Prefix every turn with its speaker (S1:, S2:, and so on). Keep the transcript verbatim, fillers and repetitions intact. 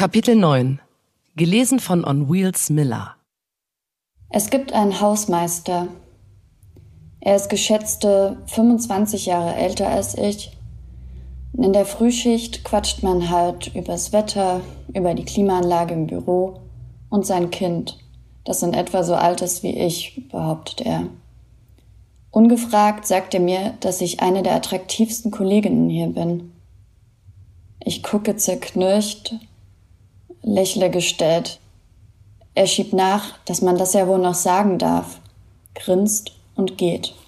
S1: Kapitel neun. Gelesen von On Wheels Miller.
S2: Es gibt einen Hausmeister. Er ist geschätzte fünfundzwanzig Jahre älter als ich. In der Frühschicht quatscht man halt übers Wetter, über die Klimaanlage im Büro und sein Kind, das in etwa so alt ist wie ich, behauptet er. Ungefragt sagt er mir, dass ich eine der attraktivsten Kolleginnen hier bin. Ich gucke zerknirscht, lächle gestellt. Er schiebt nach, dass man das ja wohl noch sagen darf, grinst und geht.